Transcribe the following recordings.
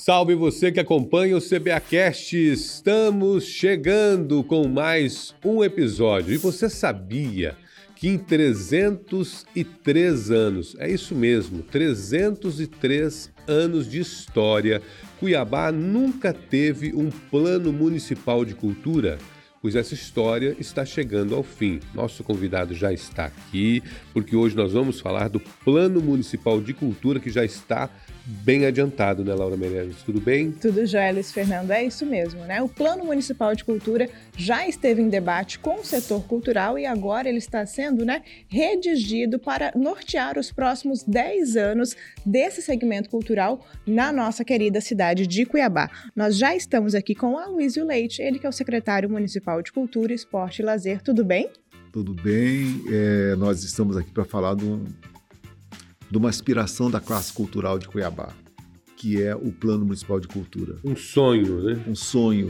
Salve você que acompanha o CBAcast, estamos chegando com mais um episódio. E você sabia que em 303 anos, é isso mesmo, 303 anos de história, Cuiabá nunca teve um plano municipal de cultura? Pois essa história está chegando ao fim. Nosso convidado já está aqui, porque hoje nós vamos falar do Plano Municipal de Cultura, que já está bem adiantado, né, Laura Meirelles? Tudo bem? Tudo jóia, Luiz Fernando. É isso mesmo, né? O Plano Municipal de Cultura já esteve em debate com o setor cultural e agora ele está sendo, redigido para nortear os próximos 10 anos desse segmento cultural na nossa querida cidade de Cuiabá. Nós já estamos aqui com o Aloysio Leite, ele que é o secretário municipal de Cultura, Esporte e Lazer. Tudo bem? Tudo bem. Nós estamos aqui para falar de uma aspiração da classe cultural de Cuiabá, que é o Plano Municipal de Cultura. Um sonho, né? Um sonho.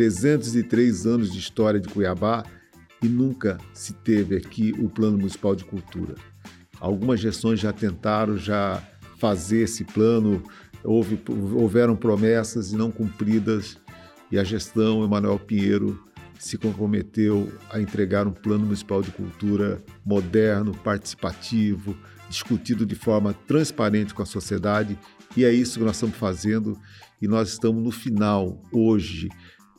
303 anos de história de Cuiabá e nunca se teve aqui o Plano Municipal de Cultura. Algumas gestões já tentaram fazer esse plano, houveram promessas e não cumpridas, e a gestão Emanuel Pinheiro se comprometeu a entregar um Plano Municipal de Cultura moderno, participativo, discutido de forma transparente com a sociedade, e é isso que nós estamos fazendo, e nós estamos no final, hoje,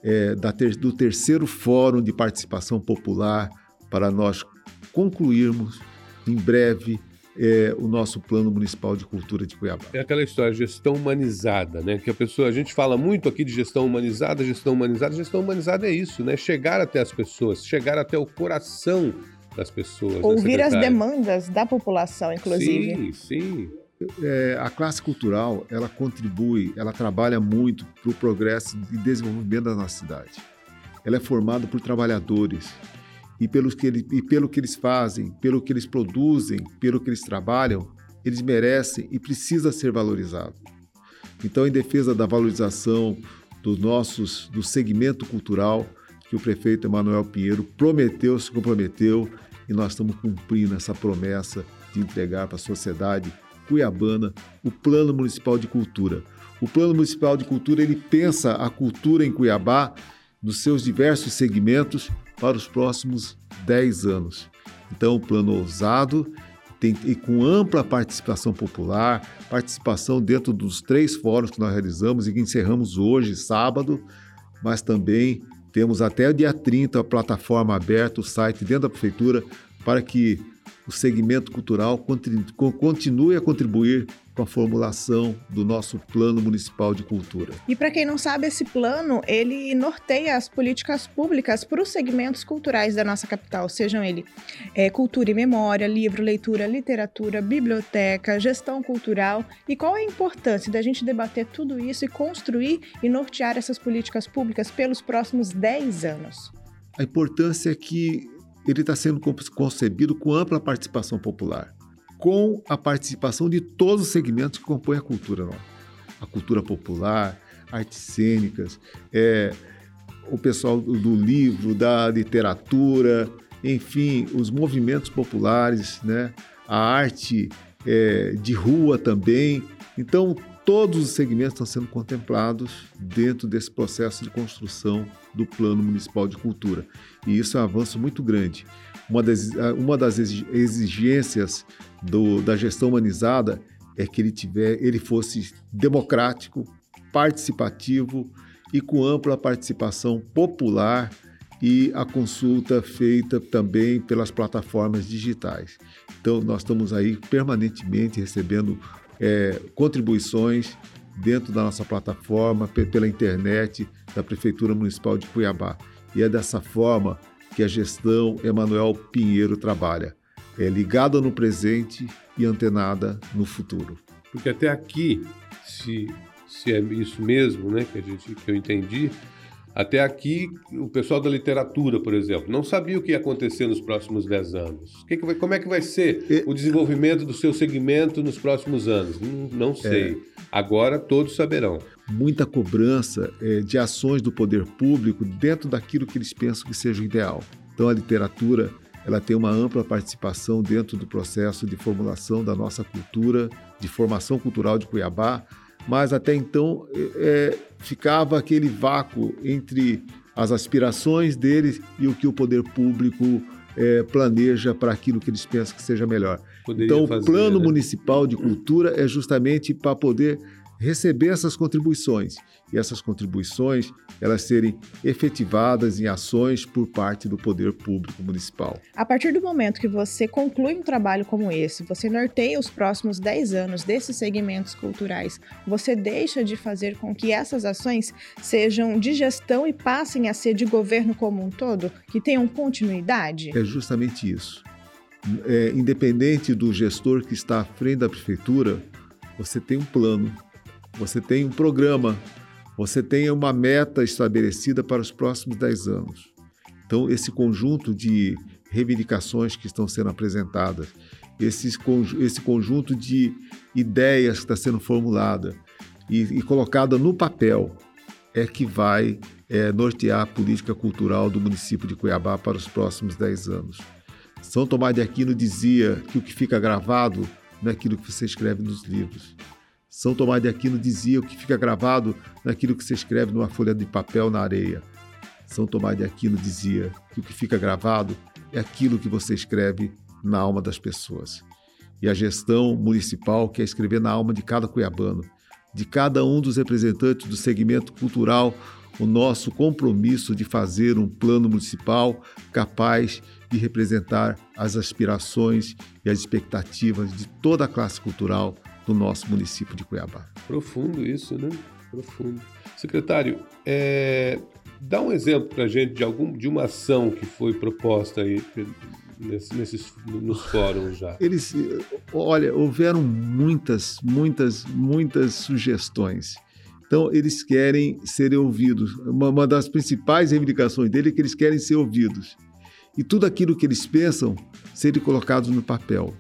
do terceiro Fórum de Participação Popular, para nós concluirmos, em breve, o nosso Plano Municipal de Cultura de Cuiabá. É aquela história, gestão humanizada, né? Que a gente fala muito aqui de gestão humanizada é isso, né? Chegar até as pessoas, chegar até o coração das pessoas. Ouvir as demandas da população, inclusive. Sim. A classe cultural, ela contribui, ela trabalha muito para o progresso e desenvolvimento da nossa cidade. Ela é formada por trabalhadores e pelo que eles fazem, pelo que eles produzem, pelo que eles trabalham, eles merecem e precisa ser valorizado. Então, em defesa da valorização do segmento cultural, que o prefeito Emanuel Pinheiro se comprometeu, e nós estamos cumprindo essa promessa de entregar para a sociedade cuiabana o Plano Municipal de Cultura. O Plano Municipal de Cultura, ele pensa a cultura em Cuiabá, nos seus diversos segmentos, para os próximos 10 anos. Então, um plano ousado e com ampla participação popular, participação dentro dos 3 fóruns que nós realizamos e que encerramos hoje, sábado, mas também temos até o dia 30 a plataforma aberta, o site dentro da prefeitura, para que o segmento cultural continue a contribuir com a formulação do nosso Plano Municipal de Cultura. E para quem não sabe, esse plano, ele norteia as políticas públicas para os segmentos culturais da nossa capital, sejam ele cultura e memória, livro, leitura, literatura, biblioteca, gestão cultural. E qual é a importância da gente debater tudo isso e construir e nortear essas políticas públicas pelos próximos 10 anos? A importância é que ele está sendo concebido com ampla participação popular, com a participação de todos os segmentos que compõem a cultura. A cultura popular, artes cênicas, o pessoal do livro, da literatura, enfim, os movimentos populares, né? A arte de rua também. Então, todos os segmentos estão sendo contemplados dentro desse processo de construção do Plano Municipal de Cultura. E isso é um avanço muito grande. Uma das exigências da gestão humanizada é que ele fosse democrático, participativo e com ampla participação popular e a consulta feita também pelas plataformas digitais. Então, nós estamos aí permanentemente recebendo contribuições dentro da nossa plataforma, pela internet da Prefeitura Municipal de Cuiabá. E é dessa forma que a gestão Emanuel Pinheiro trabalha. É ligada no presente e antenada no futuro. Porque até aqui, se é isso mesmo, né, que eu entendi, até aqui o pessoal da literatura, por exemplo, não sabia o que ia acontecer nos próximos 10 anos. Como é que vai ser o desenvolvimento do seu segmento nos próximos anos? Não sei. Agora todos saberão. Muita cobrança de ações do poder público dentro daquilo que eles pensam que seja o ideal. Então a literatura, ela tem uma ampla participação dentro do processo de formulação da nossa cultura, de formação cultural de Cuiabá. mas até então ficava aquele vácuo entre as aspirações deles e o que o poder público planeja para aquilo que eles pensam que seja melhor. Então, o Plano Municipal de Cultura é justamente para poder receber essas contribuições, e essas contribuições elas serem efetivadas em ações por parte do poder público municipal. A partir do momento que você conclui um trabalho como esse, você norteia os próximos 10 anos desses segmentos culturais, você deixa de fazer com que essas ações sejam de gestão e passem a ser de governo como um todo, que tenham continuidade? É justamente isso. Independente do gestor que está à frente da prefeitura, você tem um plano, você tem um programa, você tem uma meta estabelecida para os próximos 10 anos. Então, esse conjunto de reivindicações que estão sendo apresentadas, esse conjunto de ideias que está sendo formulada e colocada no papel, é que vai nortear a política cultural do município de Cuiabá para os próximos 10 anos. São Tomás de Aquino dizia que o que fica gravado não é aquilo que você escreve nos livros. São Tomás de Aquino dizia: o que fica gravado naquilo que você escreve numa folha de papel na areia. São Tomás de Aquino dizia que o que fica gravado é aquilo que você escreve na alma das pessoas. E a gestão municipal quer escrever na alma de cada cuiabano, de cada um dos representantes do segmento cultural, o nosso compromisso de fazer um plano municipal capaz de representar as aspirações e as expectativas de toda a classe cultural do nosso município de Cuiabá. Profundo isso, né? Profundo. Secretário, dá um exemplo para a gente de uma ação que foi proposta aí nos fóruns já. Houveram muitas sugestões. Então, eles querem ser ouvidos. Uma das principais reivindicações dele é que eles querem ser ouvidos. E tudo aquilo que eles pensam serem colocados no papel.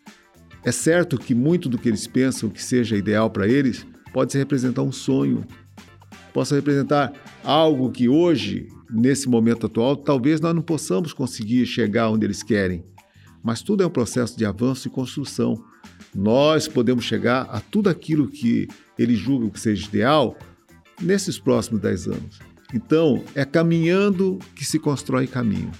É certo que muito do que eles pensam que seja ideal para eles pode representar um sonho, possa representar algo que hoje, nesse momento atual, talvez nós não possamos conseguir chegar onde eles querem. Mas tudo é um processo de avanço e construção. Nós podemos chegar a tudo aquilo que eles julgam que seja ideal nesses próximos 10 anos. Então, é caminhando que se constrói caminho.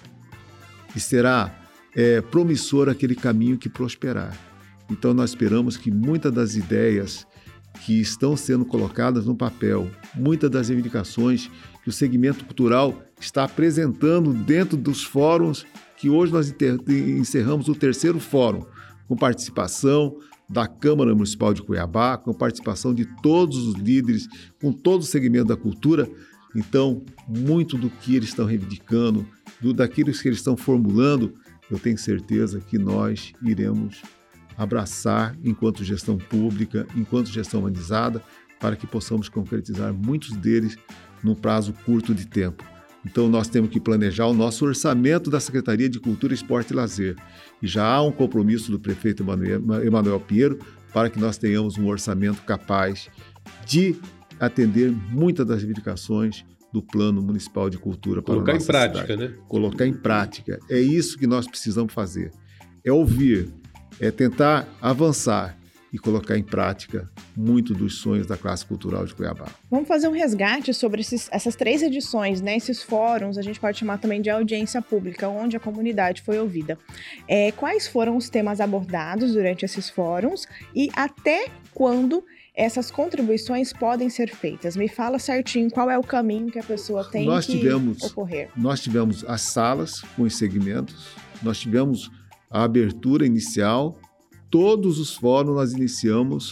E será promissor aquele caminho que prosperar. Então, nós esperamos que muitas das ideias que estão sendo colocadas no papel, muitas das reivindicações que o segmento cultural está apresentando dentro dos fóruns, que hoje nós encerramos o 3º fórum, com participação da Câmara Municipal de Cuiabá, com participação de todos os líderes, com todo o segmento da cultura. Então, muito do que eles estão reivindicando, daquilo que eles estão formulando, eu tenho certeza que nós iremos abraçar enquanto gestão pública, enquanto gestão humanizada, para que possamos concretizar muitos deles num prazo curto de tempo. Então, nós temos que planejar o nosso orçamento da Secretaria de Cultura, Esporte e Lazer. E já há um compromisso do prefeito Emanuel Pinheiro para que nós tenhamos um orçamento capaz de atender muitas das reivindicações do Plano Municipal de Cultura para a nossa cidade. Colocar em prática, né? Colocar em prática. É isso que nós precisamos fazer. É ouvir, é tentar avançar e colocar em prática muito dos sonhos da classe cultural de Cuiabá. Vamos fazer um resgate sobre essas 3 edições, né? Esses fóruns, a gente pode chamar também de audiência pública, onde a comunidade foi ouvida. Quais foram os temas abordados durante esses fóruns e até quando essas contribuições podem ser feitas? Me fala certinho qual é o caminho que a pessoa tem ocorrer. Nós tivemos as salas com os segmentos, nós tivemos a abertura inicial. Todos os fóruns nós iniciamos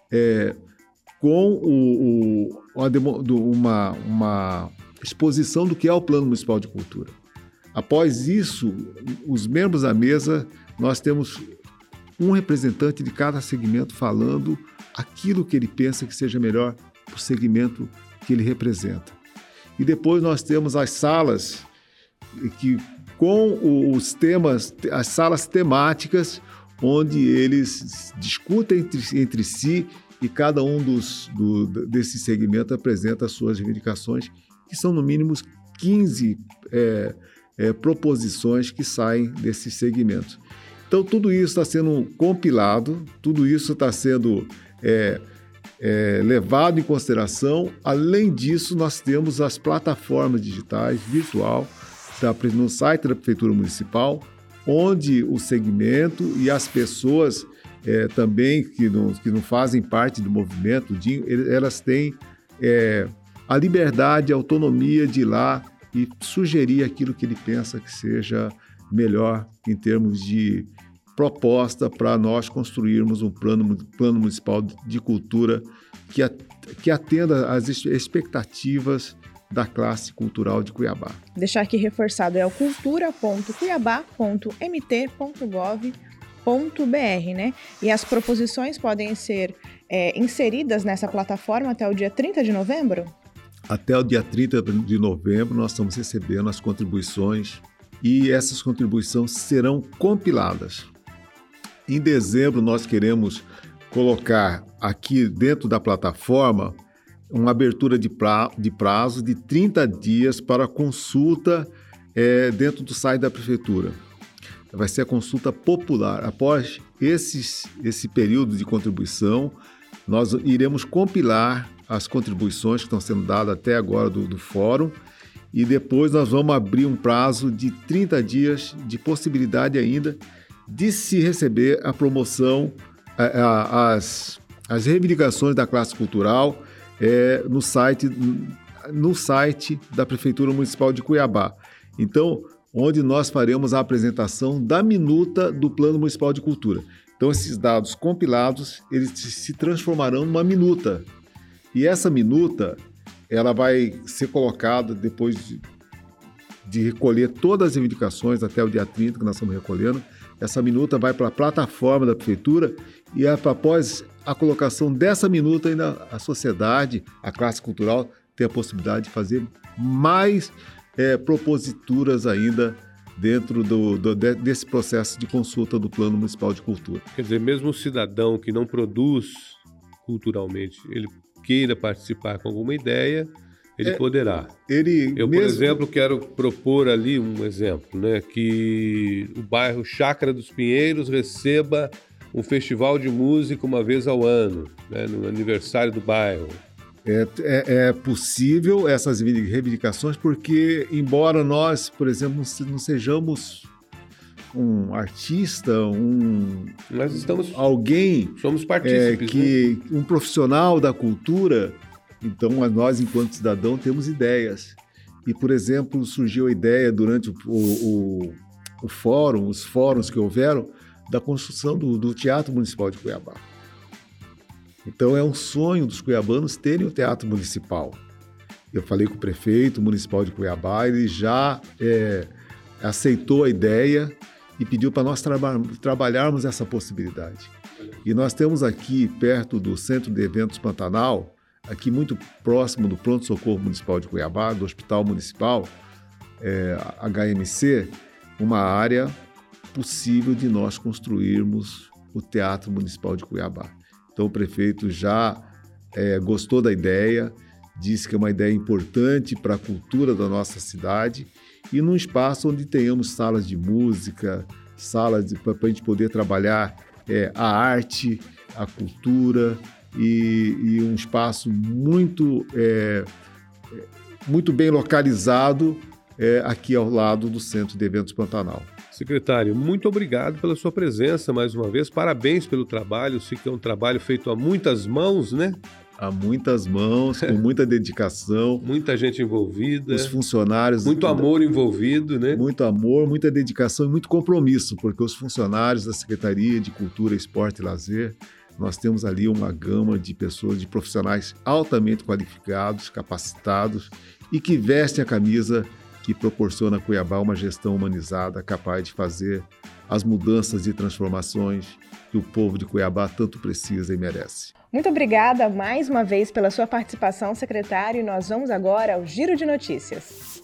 com uma exposição do que é o Plano Municipal de Cultura. Após isso, os membros da mesa, nós temos um representante de cada segmento falando aquilo que ele pensa que seja melhor para o segmento que ele representa. E depois nós temos as salas com os temas, as salas temáticas, onde eles discutem entre si e cada um desse segmento apresenta as suas reivindicações, que são no mínimo 15 proposições que saem desses segmentos. Então, tudo isso está sendo compilado, tudo isso está sendo levado em consideração. Além disso, nós temos as plataformas digitais virtual no site da Prefeitura Municipal, onde o segmento e as pessoas também que não fazem parte do movimento, elas têm a liberdade, a autonomia de ir lá e sugerir aquilo que ele pensa que seja melhor em termos de proposta para nós construirmos um plano municipal de cultura que atenda às expectativas da classe cultural de Cuiabá. Deixar aqui reforçado, é o cultura.cuiabá.mt.gov.br, né? E as proposições podem ser inseridas nessa plataforma até o dia 30 de novembro? Até o dia 30 de novembro nós estamos recebendo as contribuições e essas contribuições serão compiladas. Em dezembro nós queremos colocar aqui dentro da plataforma uma abertura de prazo de 30 dias para consulta dentro do site da Prefeitura. Vai ser a consulta popular. Após esse período de contribuição, nós iremos compilar as contribuições que estão sendo dadas até agora do Fórum e depois nós vamos abrir um prazo de 30 dias de possibilidade ainda de se receber a promoção, as reivindicações da classe cultural no site da Prefeitura Municipal de Cuiabá. Então, onde nós faremos a apresentação da minuta do Plano Municipal de Cultura. Então, esses dados compilados, eles se transformarão numa minuta. E essa minuta, ela vai ser colocada depois de recolher todas as reivindicações até o dia 30, que nós estamos recolhendo. Essa minuta vai para a plataforma da Prefeitura e após a colocação dessa minuta, ainda a sociedade, a classe cultural, tem a possibilidade de fazer mais proposituras ainda dentro desse processo de consulta do Plano Municipal de Cultura. Quer dizer, mesmo o cidadão que não produz culturalmente, ele queira participar com alguma ideia, ele poderá. Por exemplo, quero propor ali um exemplo, né, que o bairro Chácara dos Pinheiros receba um festival de música uma vez ao ano, né, no aniversário do bairro. É possível essas reivindicações porque, embora nós, por exemplo, não sejamos um artista, nós somos partícipes, um profissional da cultura, então nós, enquanto cidadão, temos ideias. E, por exemplo, surgiu a ideia durante o fórum, os fóruns que houveram, da construção do Teatro Municipal de Cuiabá. Então, é um sonho dos cuiabanos terem o Teatro Municipal. Eu falei com o prefeito municipal de Cuiabá, ele já aceitou a ideia e pediu para nós trabalharmos essa possibilidade. E nós temos aqui, perto do Centro de Eventos Pantanal, aqui muito próximo do Pronto Socorro Municipal de Cuiabá, do Hospital Municipal, HMC, uma área possível de nós construirmos o Teatro Municipal de Cuiabá. Então o prefeito já gostou da ideia, disse que é uma ideia importante para a cultura da nossa cidade e num espaço onde tenhamos salas de música, para a gente poder trabalhar a arte, a cultura e um espaço muito bem localizado aqui ao lado do Centro de Eventos Pantanal. Secretário, muito obrigado pela sua presença mais uma vez. Parabéns pelo trabalho. Sei que é um trabalho feito a muitas mãos, né? A muitas mãos, com muita dedicação. Muita gente envolvida. Os funcionários. Muito amor envolvido, né? Muito amor, muita dedicação e muito compromisso, porque os funcionários da Secretaria de Cultura, Esporte e Lazer, nós temos ali uma gama de pessoas, de profissionais altamente qualificados, capacitados e que vestem a camisa que proporciona a Cuiabá uma gestão humanizada, capaz de fazer as mudanças e transformações que o povo de Cuiabá tanto precisa e merece. Muito obrigada mais uma vez pela sua participação, secretário. E nós vamos agora ao Giro de Notícias.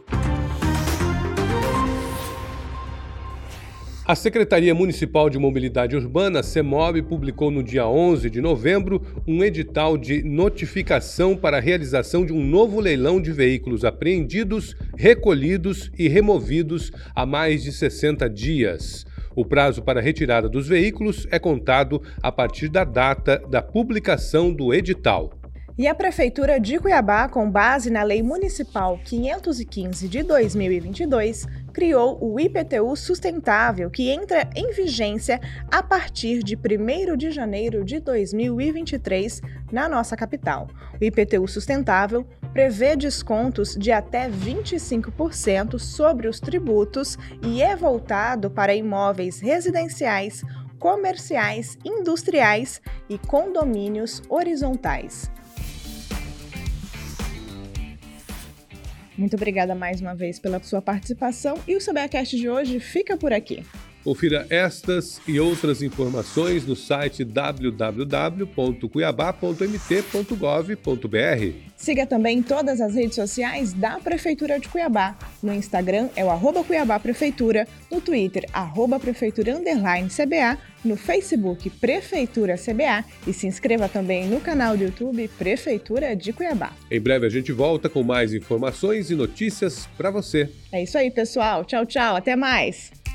A Secretaria Municipal de Mobilidade Urbana, CEMOB, publicou no dia 11 de novembro um edital de notificação para a realização de um novo leilão de veículos apreendidos, recolhidos e removidos há mais de 60 dias. O prazo para a retirada dos veículos é contado a partir da data da publicação do edital. E a Prefeitura de Cuiabá, com base na Lei Municipal 515 de 2022, criou o IPTU Sustentável, que entra em vigência a partir de 1º de janeiro de 2023 na nossa capital. O IPTU Sustentável prevê descontos de até 25% sobre os tributos e é voltado para imóveis residenciais, comerciais, industriais e condomínios horizontais. Muito obrigada mais uma vez pela sua participação e o CBAcast de hoje fica por aqui. Confira estas e outras informações no site www.cuiabá.mt.gov.br. Siga também todas as redes sociais da Prefeitura de Cuiabá. No Instagram é o @CuiabáPrefeitura, no Twitter @Prefeitura_CBA, no Facebook Prefeitura CBA e se inscreva também no canal do YouTube Prefeitura de Cuiabá. Em breve a gente volta com mais informações e notícias para você. É isso aí, pessoal. Tchau, tchau. Até mais.